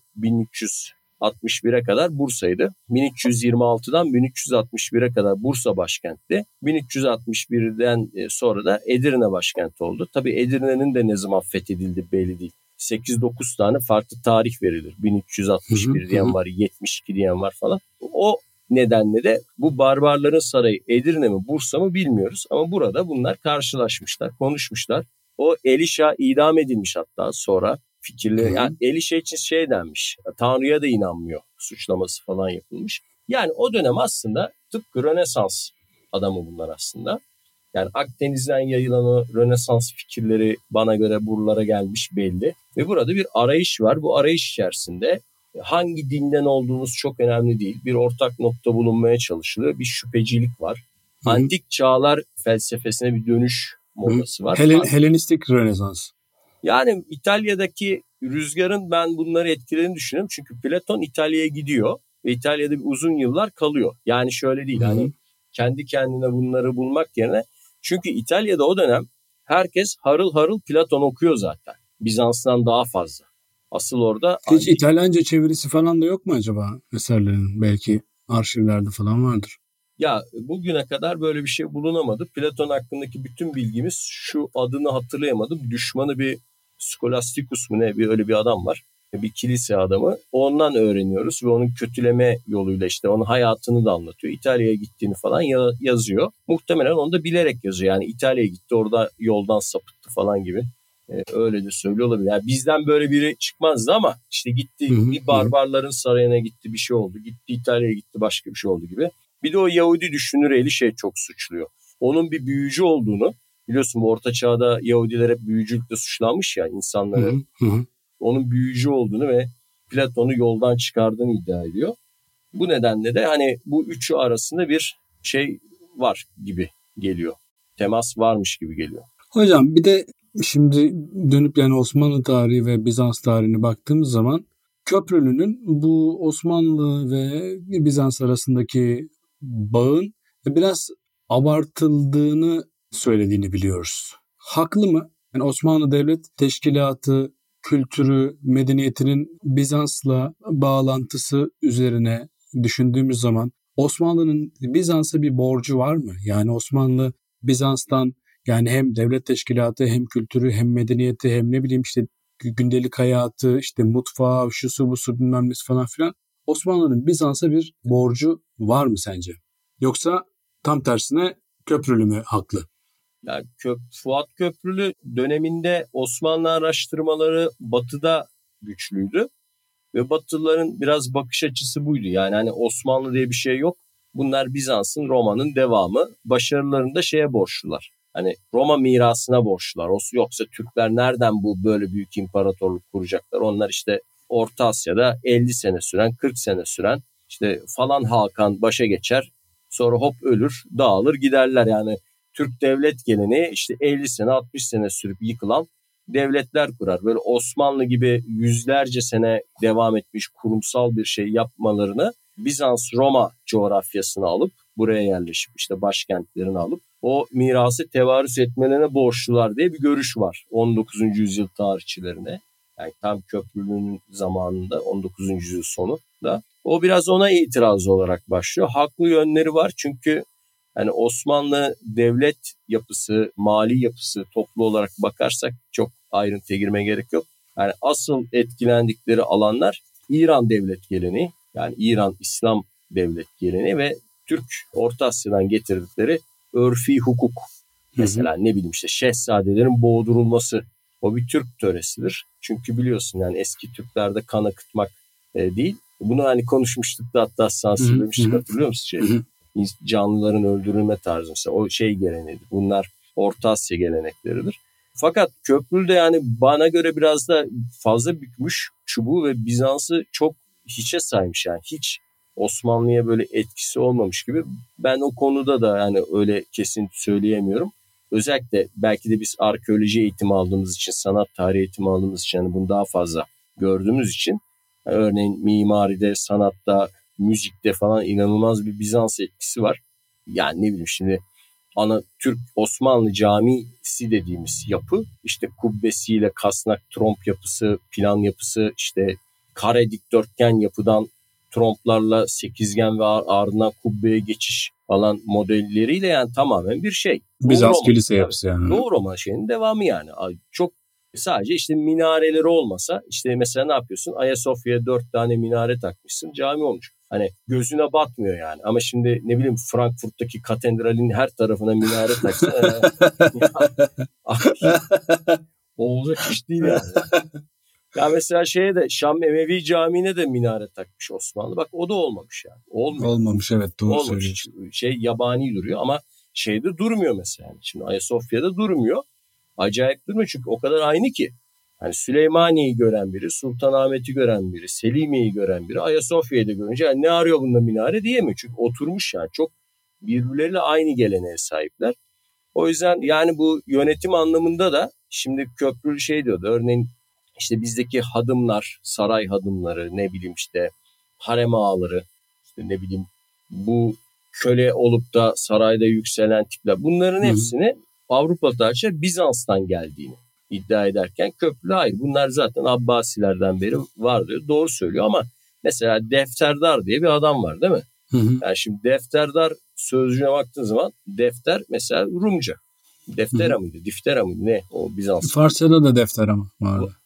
C: 1361'e kadar Bursa'ydı. 1326'dan 1361'e kadar Bursa başkentti. 1361'den sonra da Edirne başkenti oldu. Tabii Edirne'nin de ne zaman fethedildi belli değil. 8-9 tane farklı tarih verilir. 1361 diyen var, 72 diyen var falan. O nedenle de bu barbarların sarayı Edirne mi Bursa mı bilmiyoruz. Ama burada bunlar karşılaşmışlar, konuşmuşlar. O Elisha idam edilmiş hatta sonra fikirleri. Yani Elisha için şey denmiş, Tanrı'ya da inanmıyor suçlaması falan yapılmış. Yani o dönem aslında tıpkı Rönesans adamı bunlar aslında. Yani Akdeniz'den yayılan o Rönesans fikirleri bana göre buralara gelmiş belli. Ve burada bir arayış var. Bu arayış içerisinde hangi dinden olduğunuz çok önemli değil. Bir ortak nokta bulunmaya çalışılıyor. Bir şüphecilik var. Antik çağlar felsefesine bir dönüş modası var.
B: Helenistik Rönesans.
C: Yani İtalya'daki rüzgarın ben bunları etkilediğini düşünüyorum. Çünkü Platon İtalya'ya gidiyor ve İtalya'da bir uzun yıllar kalıyor. Yani şöyle değil hani kendi kendine bunları bulmak yerine. Çünkü İtalya'da o dönem herkes harıl harıl Platon okuyor zaten. Bizans'tan daha fazla. Asıl orada...
B: Hiç İtalyanca çevirisi falan da yok mu acaba eserlerin? Belki arşivlerde falan vardır.
C: Ya bugüne kadar böyle bir şey bulunamadı. Platon hakkındaki bütün bilgimiz şu adını hatırlayamadım. Düşmanı bir Scholasticus mu ne öyle bir adam var. bir kilise adamı. Ondan öğreniyoruz ve onun kötüleme yoluyla işte onun hayatını da anlatıyor. İtalya'ya gittiğini falan yazıyor. Muhtemelen onu da bilerek yazıyor. Yani İtalya'ya gitti, orada yoldan sapıttı falan gibi. Öyle de söylüyor olabilir. Yani bizden böyle biri çıkmazdı ama işte gitti bir barbarların sarayına gitti, bir şey oldu. Gitti İtalya'ya gitti, başka bir şey oldu gibi. Bir de o Yahudi düşünür eli çok suçluyor. Onun bir büyücü olduğunu, biliyorsun bu Orta Çağ'da Yahudiler hep büyücülükle suçlanmış ya insanları. Onun büyücü olduğunu ve Platon'u yoldan çıkardığını iddia ediyor. Bu nedenle de hani bu üçü arasında bir şey var gibi geliyor. Temas varmış gibi geliyor.
B: Hocam bir de şimdi dönüp yani Osmanlı tarihi ve Bizans tarihine baktığımız zaman Köprülü'nün bu Osmanlı ve Bizans arasındaki bağın biraz abartıldığını söylediğini biliyoruz. Haklı mı? Yani Osmanlı Devlet Teşkilatı kültürü, medeniyetinin Bizans'la bağlantısı üzerine düşündüğümüz zaman Osmanlı'nın Bizans'a bir borcu var mı? Yani Osmanlı Bizans'tan yani hem devlet teşkilatı hem kültürü hem medeniyeti hem ne bileyim işte gündelik hayatı işte mutfağı şusu busu bilmem nesi falan filan Osmanlı'nın Bizans'a bir borcu var mı sence? Yoksa tam tersine Köprülü mü haklı?
C: Yani Fuat Köprülü döneminde Osmanlı araştırmaları Batı'da güçlüydü ve Batılıların biraz bakış açısı buydu. Yani hani Osmanlı diye bir şey yok. Bunlar Bizans'ın, Roma'nın devamı. Başarılarını da şeye borçlular. Hani Roma mirasına borçlular. Yoksa Türkler nereden bu böyle büyük imparatorluk kuracaklar? Onlar işte Orta Asya'da 50 sene süren, 40 sene süren işte falan Hakan başa geçer. Sonra hop ölür, dağılır giderler. Yani Türk devlet geleneği işte 50 sene 60 sene sürüp yıkılan devletler kurar. Böyle Osmanlı gibi yüzlerce sene devam etmiş kurumsal bir şey yapmalarını Bizans-Roma coğrafyasını alıp buraya yerleşip işte başkentlerini alıp o mirası tevarüs etmelerine borçlular diye bir görüş var 19. yüzyıl tarihçilerine. Yani tam Köprülü'nün zamanında 19. yüzyıl sonu da o biraz ona itiraz olarak başlıyor. Haklı yönleri var çünkü yani Osmanlı devlet yapısı, mali yapısı toplu olarak bakarsak çok ayrıntıya girmeye gerek yok. Yani asıl etkilendikleri alanlar İran devlet geleneği, yani İran İslam devlet geleneği ve Türk Orta Asya'dan getirdikleri örfi hukuk. Mesela ne bileyim işte şehzadelerin boğdurulması, o bir Türk töresidir. Çünkü biliyorsun yani eski Türklerde kan akıtmak değil. Bunu hani konuşmuştuk da hatta sansürlemiştik, hatırlıyor musun? Canlıların öldürülme tarzı mesela o şey geleneğidir. Bunlar Orta Asya gelenekleridir. Fakat Köprülü de yani bana göre biraz da fazla bükmüş çubuğu ve Bizans'ı çok hiçe saymış yani hiç Osmanlı'ya böyle etkisi olmamış gibi. Ben o konuda da yani öyle kesin söyleyemiyorum. Özellikle belki de biz arkeoloji eğitimi aldığımız için, sanat tarihi eğitimi aldığımız için yani bunu daha fazla gördüğümüz için yani örneğin mimaride, sanatta, müzikte falan inanılmaz bir Bizans etkisi var. Yani ne bileyim şimdi ana Türk Osmanlı camisi dediğimiz yapı işte kubbesiyle kasnak tromp yapısı, plan yapısı işte kare dikdörtgen yapıdan tromplarla sekizgen ve ardından kubbeye geçiş falan modelleriyle yani tamamen bir şey.
B: Bizans kilise yapısı yani.
C: Doğu Roma şeyinin devamı yani. Çok sadece işte minareleri olmasa işte mesela ne yapıyorsun? Ayasofya'ya 4 tane minare takmışsın, cami olmuş. Hani gözüne batmıyor yani. Ama şimdi ne bileyim Frankfurt'taki katedralin her tarafına minare taksan olacak iş değil yani. Ya mesela şeye de Şam Emevi Camii'ne de minare takmış Osmanlı. Bak o da olmamış yani.
B: Olmamış evet, doğru söylüyorsun.
C: Şey yabani duruyor ama şeyde durmuyor mesela. Yani. Şimdi Ayasofya'da durmuyor. Acayip durmuyor çünkü o kadar aynı ki. Yani Süleymaniye'yi gören biri, Sultanahmet'i gören biri, Selimiye'yi gören biri Ayasofya'yı da görünce yani ne arıyor bunda minare diyemiyor. Çünkü oturmuş yani çok birbirleriyle aynı geleneğe sahipler. O yüzden yani bu yönetim anlamında da şimdi Köprülü şey diyordu. Örneğin işte bizdeki hadımlar, saray hadımları, ne bileyim işte harem ağaları, işte ne bileyim bu köle olup da sarayda yükselen tipler. Bunların hepsini Avrupa tarihçileri Bizans'tan geldiğini iddia ederken Köprülü hayır. Bunlar zaten Abbasilerden beri var diyor. Doğru söylüyor ama mesela Defterdar diye bir adam var değil mi? Yani şimdi Defterdar sözcüğüne baktığın zaman defter mesela Rumca. Deftera mıydı? Diftera mıydı? Ne? O Bizans.
B: Farsça'da da defter ama vardı.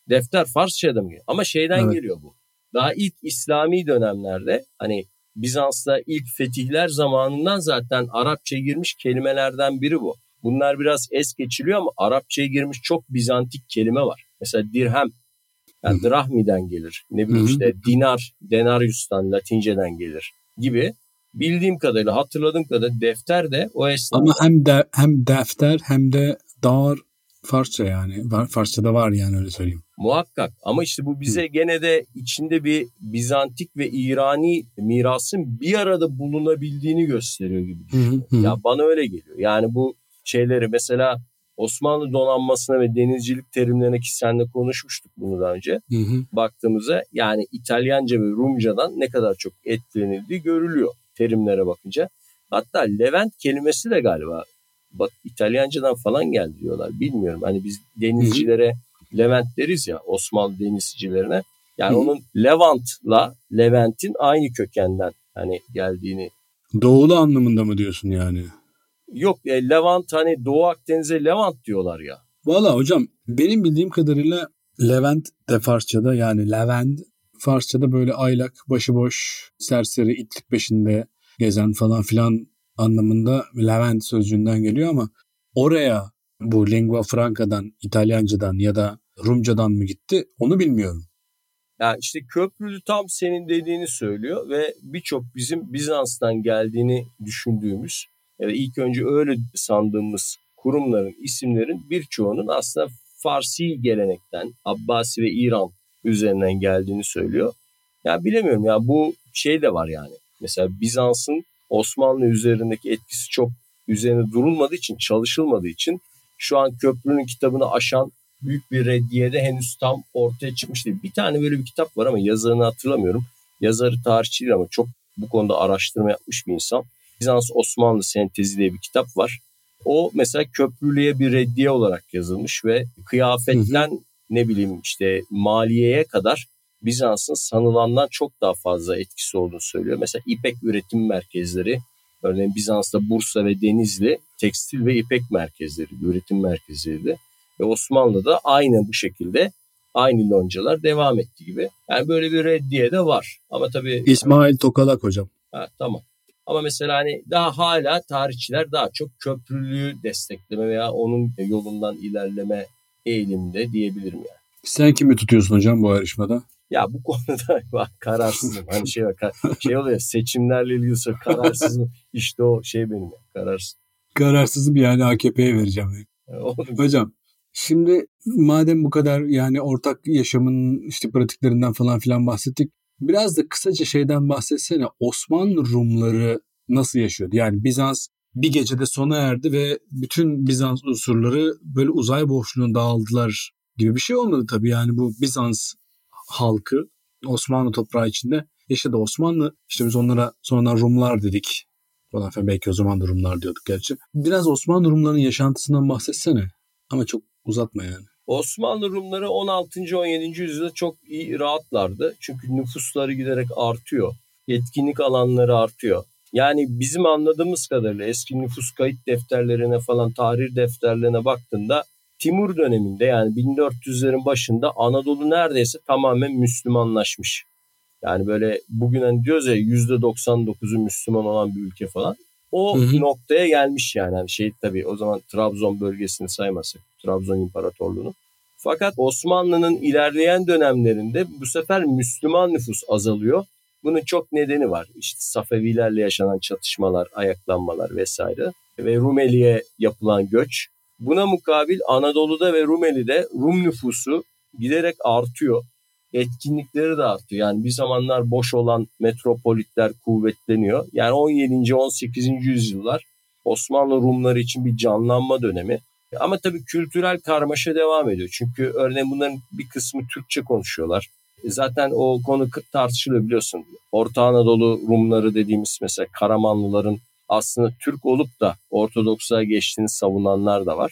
C: Defter Farsça'da mı geliyor? Ama şeyden
B: Evet.
C: geliyor bu. Daha ilk İslami dönemlerde hani Bizans'ta ilk fetihler zamanından zaten Arapçaya girmiş kelimelerden biri bu. Bunlar biraz es geçiliyor ama Arapçaya girmiş çok Bizantik kelime var. Mesela dirhem, yani drahmiden gelir. Ne bileyim işte dinar, denarius'tan, Latinceden gelir gibi. Bildiğim kadarıyla, hatırladığım kadarıyla defter de o esnada.
B: Ama hem defter hem de dar Farsça yani. Farsça'da var yani, öyle söyleyeyim.
C: Muhakkak, ama işte bu bize gene de içinde bir Bizantik ve İrani mirasın bir arada bulunabildiğini gösteriyor gibi düşünüyorum. Ya bana öyle geliyor. Yani bu şeyleri mesela Osmanlı donanmasına ve denizcilik terimlerine, ki seninle konuşmuştuk bunu daha önce. Baktığımızda yani İtalyanca ve Rumcadan ne kadar çok etkilenildiği görülüyor terimlere bakınca. Hatta Levent kelimesi de galiba bak İtalyancadan falan geldi diyorlar. Bilmiyorum. Hani biz denizcilere Levent deriz ya, Osmanlı denizcilerine. Yani onun Levant'la Levent'in aynı kökenden hani geldiğini.
B: Doğulu anlamında mı diyorsun yani?
C: Yok Levant, hani Doğu Akdeniz'e Levant diyorlar ya.
B: Valla hocam, benim bildiğim kadarıyla Levent de Farsçada, yani Levent Farsçada böyle aylak, başıboş, serseri, itlik peşinde gezen falan filan anlamında Levent sözcüğünden geliyor ama oraya bu lingua franca'dan, İtalyancadan ya da Rumcadan mı gitti onu bilmiyorum.
C: Yani işte Köprülü tam senin dediğini söylüyor ve birçok bizim Bizans'tan geldiğini düşündüğümüz ya da ilk önce öyle sandığımız kurumların, isimlerin birçoğunun aslında Farsi gelenekten, Abbasi ve İran üzerinden geldiğini söylüyor. Ya bilemiyorum ya, bu şey de var yani. Mesela Bizans'ın Osmanlı üzerindeki etkisi çok üzerine durulmadığı için, çalışılmadığı için şu an Köprülü'nün kitabını aşan büyük bir reddiyede henüz tam ortaya çıkmış değil. Bir tane böyle bir kitap var ama yazarını hatırlamıyorum. Yazarı tarihçi değil ama çok bu konuda araştırma yapmış bir insan. Bizans Osmanlı Sentezi diye bir kitap var. O mesela Köprülü'ye bir reddiye olarak yazılmış ve kıyafetten ne bileyim işte maliyeye kadar Bizans'ın sanılandan çok daha fazla etkisi olduğunu söylüyor. Mesela ipek üretim merkezleri, örneğin Bizans'ta Bursa ve Denizli tekstil ve ipek merkezleri, üretim merkezleriydi. Ve Osmanlı'da aynı bu şekilde aynı loncalar devam etti gibi. Yani böyle bir reddiye de var. Ama tabii
B: İsmail Tokalak hocam.
C: tamam. Ama mesela hani daha hala tarihçiler daha çok Köprülü'yü destekleme veya onun yolundan ilerleme eğilimde diyebilirim yani.
B: Sen kimi tutuyorsun hocam bu yarışmada?
C: Ya bu konuda bak kararsızım. Hani şey oluyor, seçimlerle ilgili kararsızım. İşte o şey benim ya, kararsız.
B: Kararsızım yani, AKP'ye vereceğim. Hocam şimdi madem bu kadar yani ortak yaşamın işte pratiklerinden falan filan bahsettik. Biraz da kısaca şeyden bahsetsene. Osmanlı Rumları nasıl yaşıyordu? Yani Bizans bir gecede sona erdi ve bütün Bizans unsurları böyle uzay boşluğuna dağıldılar gibi bir şey olmadı tabii. Yani bu Bizans halkı Osmanlı toprağı içinde yaşadı. Osmanlı, işte biz onlara sonradan Rumlar dedik falan filan. Belki o zaman da Rumlar diyorduk gerçi. Biraz Osmanlı Rumlarının yaşantısından bahsetsene. Ama çok uzatma yani.
C: Osmanlı Rumları 16. 17. yüzyılda çok iyi rahatlardı. Çünkü nüfusları giderek artıyor. Etkinlik alanları artıyor. Yani bizim anladığımız kadarıyla eski nüfus kayıt defterlerine falan, tarih defterlerine baktığında Timur döneminde yani 1400'lerin başında Anadolu neredeyse tamamen Müslümanlaşmış. Yani böyle bugün hani diyoruz ya %99'u Müslüman olan bir ülke falan. O noktaya gelmiş yani. Yani şey tabii o zaman Trabzon bölgesini saymasak, Trabzon İmparatorluğu'nu. Fakat Osmanlı'nın ilerleyen dönemlerinde bu sefer Müslüman nüfus azalıyor. Bunun çok nedeni var. İşte Safevilerle yaşanan çatışmalar, ayaklanmalar vesaire ve Rumeli'ye yapılan göç. Buna mukabil Anadolu'da ve Rumeli'de Rum nüfusu giderek artıyor. Etkinlikleri de arttı. Yani bir zamanlar boş olan metropolitler kuvvetleniyor. Yani 17. 18. yüzyıllar Osmanlı Rumları için bir canlanma dönemi. Ama tabii kültürel karmaşa devam ediyor. Çünkü örneğin bunların bir kısmı Türkçe konuşuyorlar. Zaten o konu tartışılıyor biliyorsun. Orta Anadolu Rumları dediğimiz mesela Karamanlıların aslında Türk olup da Ortodoks'a geçtiğini savunanlar da var.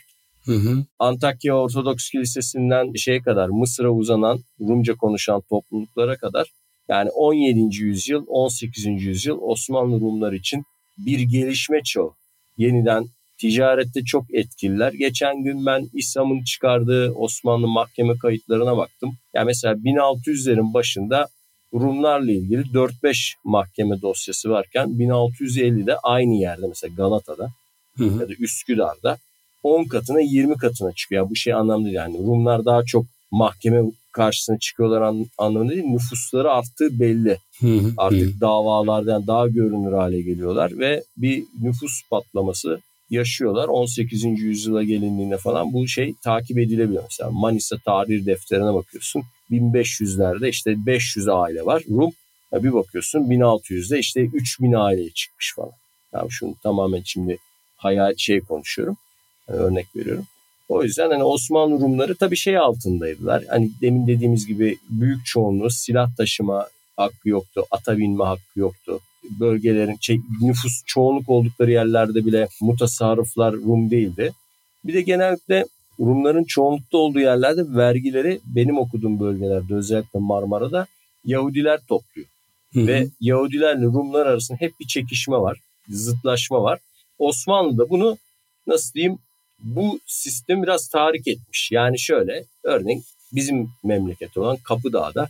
C: Antakya Ortodoks Kilisesi'nden şeye kadar Mısır'a uzanan Rumca konuşan topluluklara kadar yani 17. yüzyıl 18. yüzyıl Osmanlı Rumları için bir gelişme çağı. Yeniden ticarette çok etkililer. Geçen gün ben İSAM'ın çıkardığı Osmanlı mahkeme kayıtlarına baktım. Yani mesela 1600'lerin başında Rumlarla ilgili 4-5 mahkeme dosyası varken 1650'de aynı yerde mesela Galata'da ya da Üsküdar'da 10 katına 20 katına çıkıyor. Yani bu şey anlamda değil, yani Rumlar daha çok mahkeme karşısına çıkıyorlar anlamında değil. Nüfusları arttığı belli. Artık davalardan daha görünür hale geliyorlar ve bir nüfus patlaması yaşıyorlar. 18. yüzyıla gelindiğinde falan bu şey takip edilebiliyor. Mesela Manisa tarih defterine bakıyorsun. 1500'lerde işte 500 aile var Rum. Bir bakıyorsun 1600'de işte 3000 aileye çıkmış falan. Yani şunu tamamen şimdi hayal konuşuyorum. Yani örnek veriyorum. O yüzden hani Osmanlı Rumları tabii şey altındaydılar. Hani demin dediğimiz gibi büyük çoğunluğu silah taşıma hakkı yoktu. Ata binme hakkı yoktu. Bölgelerin nüfus çoğunluk oldukları yerlerde bile mutasarrıflar Rum değildi. Bir de genellikle Rumların çoğunlukta olduğu yerlerde vergileri benim okuduğum bölgelerde özellikle Marmara'da Yahudiler topluyor. Ve Yahudilerle Rumlar arasında hep bir çekişme var. Zıtlaşma var. Osmanlı da bunu nasıl diyeyim bu sistemi biraz tahrik etmiş. Yani şöyle örneğin bizim memleket olan Kapıdağ'da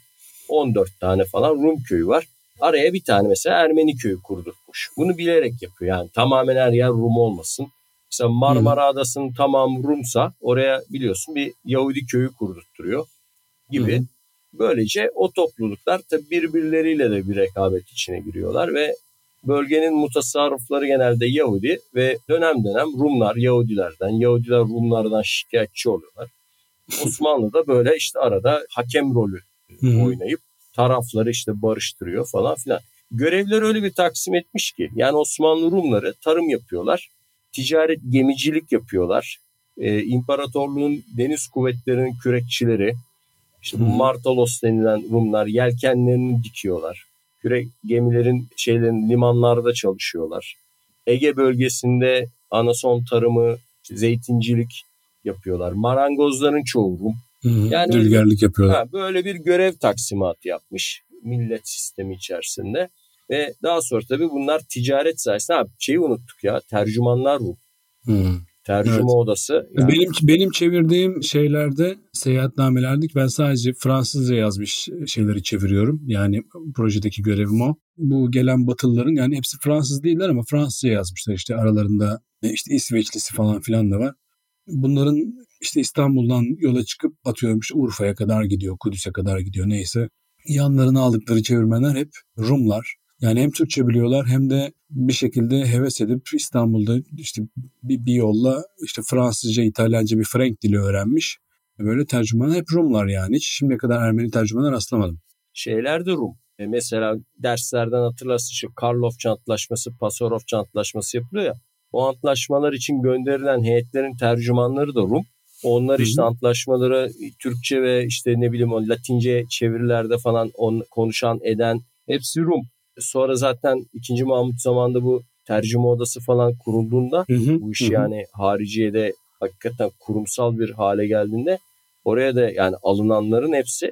C: 14 tane falan Rum köyü var. Araya bir tane mesela Ermeni köyü kurdurmuş. Bunu bilerek yapıyor. Yani tamamen her yer Rum olmasın. Mesela Marmara Adası'nın tamamı Rumsa oraya biliyorsun bir Yahudi köyü kurdurtturuyor gibi. Böylece o topluluklar tabii birbirleriyle de bir rekabet içine giriyorlar ve bölgenin mutasarrıfları genelde Yahudi ve dönem dönem Rumlar Yahudilerden, Yahudiler Rumlardan şikayetçi oluyorlar. Osmanlı da böyle işte arada hakem rolü oynayıp tarafları işte barıştırıyor falan filan. Görevleri öyle bir taksim etmiş ki yani Osmanlı Rumları tarım yapıyorlar, ticaret gemicilik yapıyorlar, imparatorluğun deniz kuvvetlerinin kürekçileri, işte bu Martalos denilen Rumlar yelkenlerini dikiyorlar. Gemilerin limanlarda çalışıyorlar. Ege bölgesinde anason tarımı, zeytincilik yapıyorlar. Marangozların çoğu Rum.
B: Yani dülgerlik yapıyorlar.
C: Böyle bir görev taksimatı yapmış millet sistemi içerisinde. Ve daha sonra tabii bunlar ticaret sayesinde unuttuk ya, tercümanlar Rum. Tercüme odası.
B: Yani. Benim çevirdiğim şeylerde, seyahatnamelerde ben sadece Fransızca yazmış şeyleri çeviriyorum. Yani projedeki görevim o. Bu gelen Batılıların yani hepsi Fransız değiller ama Fransızca yazmışlar. İşte aralarında işte İsveçlisi falan filan da var. Bunların işte İstanbul'dan yola çıkıp atıyorum işte Urfa'ya kadar gidiyor, Kudüs'e kadar gidiyor neyse. Yanlarına aldıkları çevirmenler hep Rumlar. Yani hem Türkçe biliyorlar hem de bir şekilde heves edip İstanbul'da işte bir yolla işte Fransızca, İtalyanca bir Frank dili öğrenmiş. Böyle tercümanlar hep Rumlar yani. Hiç şimdiye kadar Ermeni tercümanlar rastlamadım.
C: Şeyler de Rum. Mesela derslerden hatırlarsın şu Karlofça Antlaşması, Pasarofça Antlaşması yapılıyor ya. O antlaşmalar için gönderilen heyetlerin tercümanları da Rum. Onlar işte antlaşmaları Türkçe ve işte ne bileyim o Latince çevirilerde falan konuşan eden hepsi Rum. Sonra zaten 2. Mahmut zamanında bu tercüme odası falan kurulduğunda bu iş yani hariciyede hakikaten kurumsal bir hale geldiğinde oraya da yani alınanların hepsi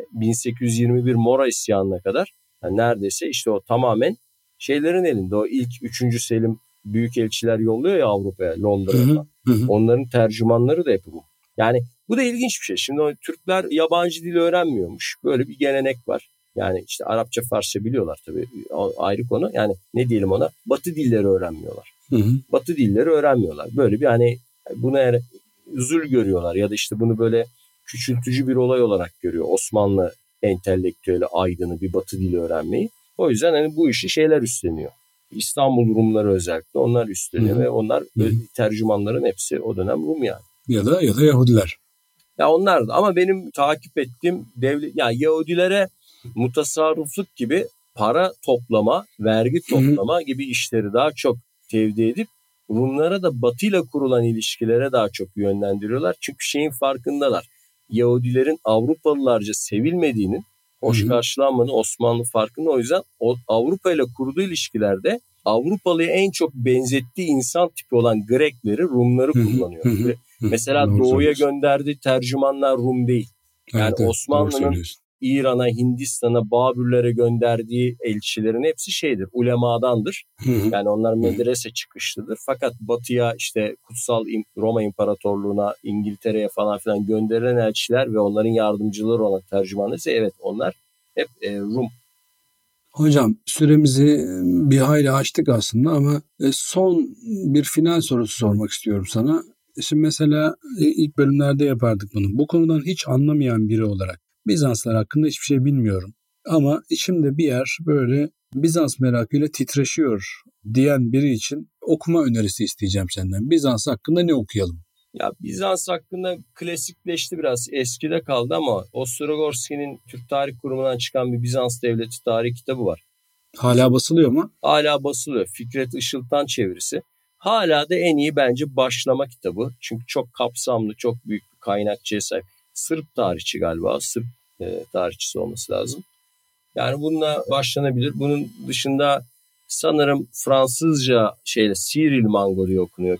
C: 1821 Mora isyanına kadar yani neredeyse işte o tamamen şeylerin elinde. O ilk 3. Selim büyükelçiler yolluyor ya Avrupa'ya, Londra'ya. Onların tercümanları da hep Rum. Yani bu da ilginç bir şey. Şimdi o Türkler yabancı dil öğrenmiyormuş. Böyle bir gelenek var. Yani işte Arapça, Farsça biliyorlar tabii. Ayrı konu. Yani ne diyelim ona? Batı dilleri öğrenmiyorlar. Batı dilleri öğrenmiyorlar. Böyle bir hani bunu zul görüyorlar ya da işte bunu böyle küçültücü bir olay olarak görüyor Osmanlı entelektüeli aydını bir Batı dili öğrenmeyi. O yüzden hani bu işi şeyler üstleniyor. İstanbul Rumları özellikle onlar üstleniyor ve onlar tercümanların hepsi o dönem Rum yani.
B: Ya da Yahudiler.
C: Ya onlar da ama benim takip ettiğim devlet yani Yahudilere mutasarrıflık gibi para toplama, vergi toplama gibi işleri daha çok tevdi edip Rumlara da Batı'yla kurulan ilişkilere daha çok yönlendiriyorlar. Çünkü şeyin farkındalar. Yahudilerin Avrupalılarca sevilmediğinin, hoş karşılanmadığının Osmanlı farkında. O yüzden Avrupa ile kurduğu ilişkilerde Avrupalı'ya en çok benzettiği insan tipi olan Grekleri, Rumları kullanıyor. Mesela Doğu'ya gönderdiği tercümanlar Rum değil. Yani
B: Evet,
C: Osmanlı'nın İran'a, Hindistan'a, Babürlere gönderdiği elçilerin hepsi şeydir, ulemadandır. Yani onlar medrese çıkışlıdır. Fakat batıya işte Kutsal Roma İmparatorluğu'na, İngiltere'ye falan filan gönderilen elçiler ve onların yardımcıları olan tercümanları ise evet onlar hep Rum.
B: Hocam süremizi bir hayli açtık aslında ama son bir final sorusu sormak istiyorum sana. Şimdi mesela ilk bölümlerde yapardık bunu. Bu konudan hiç anlamayan biri olarak Bizanslar hakkında hiçbir şey bilmiyorum. Ama içimde bir yer böyle Bizans merakıyla titreşiyor diyen biri için okuma önerisi isteyeceğim senden. Bizans hakkında ne okuyalım?
C: Ya Bizans hakkında klasikleşti biraz, eskide kaldı ama Ostrogorski'nin Türk Tarih Kurumu'ndan çıkan bir Bizans Devleti Tarihi kitabı var.
B: Hala basılıyor mu?
C: Hala basılıyor. Fikret Işıltan çevirisi. Hala da en iyi bence başlama kitabı. Çünkü çok kapsamlı, çok büyük bir kaynakçıya sahip. Sırp tarihçi galiba. Sırp tarihçisi olması lazım. Yani bununla başlanabilir. Bunun dışında sanırım Fransızca Cyril Mango diye okunuyor.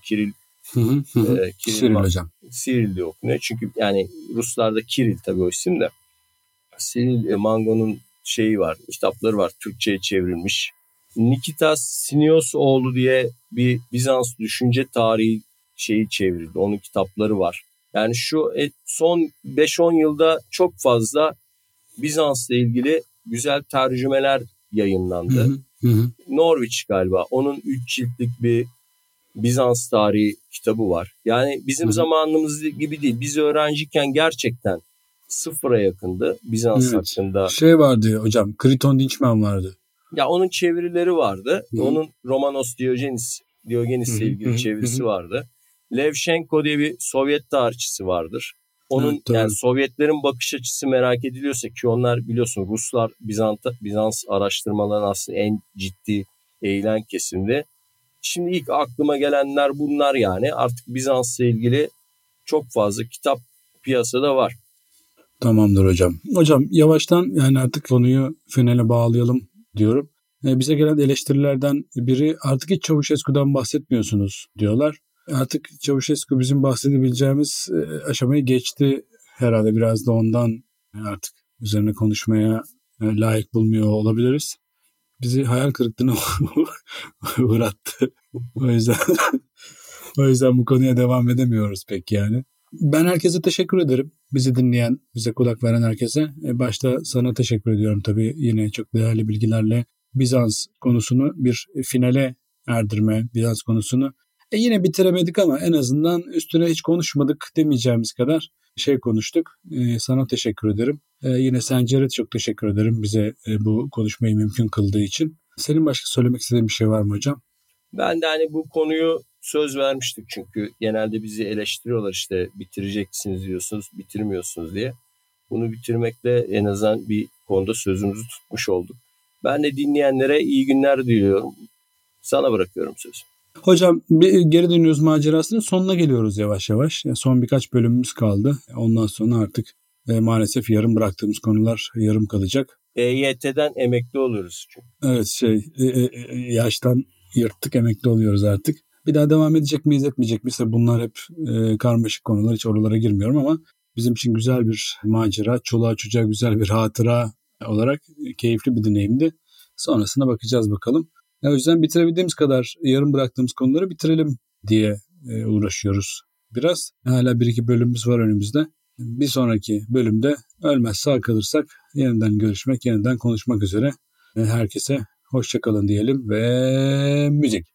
B: Cyril hocam.
C: Cyril diye okunuyor. Çünkü yani Ruslarda Kiril tabii o isim de. Cyril Mango'nun var, kitapları var. Türkçe'ye çevrilmiş. Nikitas Siniosoğlu diye bir Bizans düşünce tarihi çevrildi. Onun kitapları var. Yani şu son 5-10 yılda çok fazla Bizans'la ilgili güzel tercümeler yayınlandı. Norwich galiba. Onun 3 ciltlik bir Bizans tarihi kitabı var. Yani bizim zamanımız gibi değil. Biz öğrenciyken gerçekten sıfıra yakındı Bizans hakkında.
B: Vardı hocam, Kriton Dinçmen vardı.
C: Ya onun çevirileri vardı. Onun Romanos Diogenes'le ilgili çevirisi vardı. Levchenko diye bir Sovyet tarihçisi vardır. Onun yani Sovyetlerin bakış açısı merak ediliyorsa ki onlar biliyorsun Ruslar Bizans araştırmalarının aslında en ciddi eğilen kesimde. Şimdi ilk aklıma gelenler bunlar yani. Artık Bizans'la ilgili çok fazla kitap piyasada var.
B: Tamamdır hocam. Hocam yavaştan yani artık konuyu finale bağlayalım diyorum. Bize gelen eleştirilerden biri artık hiç Çavuşescu'dan bahsetmiyorsunuz diyorlar. Artık Çavuşescu bizim bahsedebileceğimiz aşamayı geçti herhalde, biraz da ondan artık üzerine konuşmaya layık bulmuyor olabiliriz. Bizi hayal kırıklığına uğrattı. O yüzden bu konuya devam edemiyoruz pek yani. Ben herkese teşekkür ederim. Bizi dinleyen, bize kulak veren herkese. Başta sana teşekkür ediyorum tabii. Yine çok değerli bilgilerle Bizans konusunu bir finale erdirme, Bizans konusunu. Yine bitiremedik ama en azından üstüne hiç konuşmadık demeyeceğimiz kadar konuştuk. Sana teşekkür ederim. Yine Sencer'e çok teşekkür ederim bize bu konuşmayı mümkün kıldığı için. Senin başka söylemek istediğin bir şey var mı hocam?
C: Ben de hani bu konuyu söz vermiştik çünkü genelde bizi eleştiriyorlar işte bitireceksiniz diyorsunuz, bitirmiyorsunuz diye. Bunu bitirmekle en azından bir konuda sözümüzü tutmuş olduk. Ben de dinleyenlere iyi günler diliyorum. Sana bırakıyorum sözü.
B: Hocam bir geri dönüyoruz macerasının sonuna geliyoruz yavaş yavaş. Son birkaç bölümümüz kaldı. Ondan sonra artık maalesef yarım bıraktığımız konular yarım kalacak.
C: EYT'den emekli oluyoruz çünkü.
B: Evet yaştan yırttık, emekli oluyoruz artık. Bir daha devam edecek miyiz, etmeyecek miyiz? Bunlar hep karmaşık konular, hiç oralara girmiyorum ama bizim için güzel bir macera, çoluğa çocuğa güzel bir hatıra olarak keyifli bir deneyimdi. Sonrasına bakacağız bakalım. O yüzden bitirebildiğimiz kadar yarım bıraktığımız konuları bitirelim diye uğraşıyoruz biraz. Hala 1-2 bölümümüz var önümüzde. Bir sonraki bölümde ölmez sağ kalırsak yeniden görüşmek, yeniden konuşmak üzere. Herkese hoşça kalın diyelim ve müzik.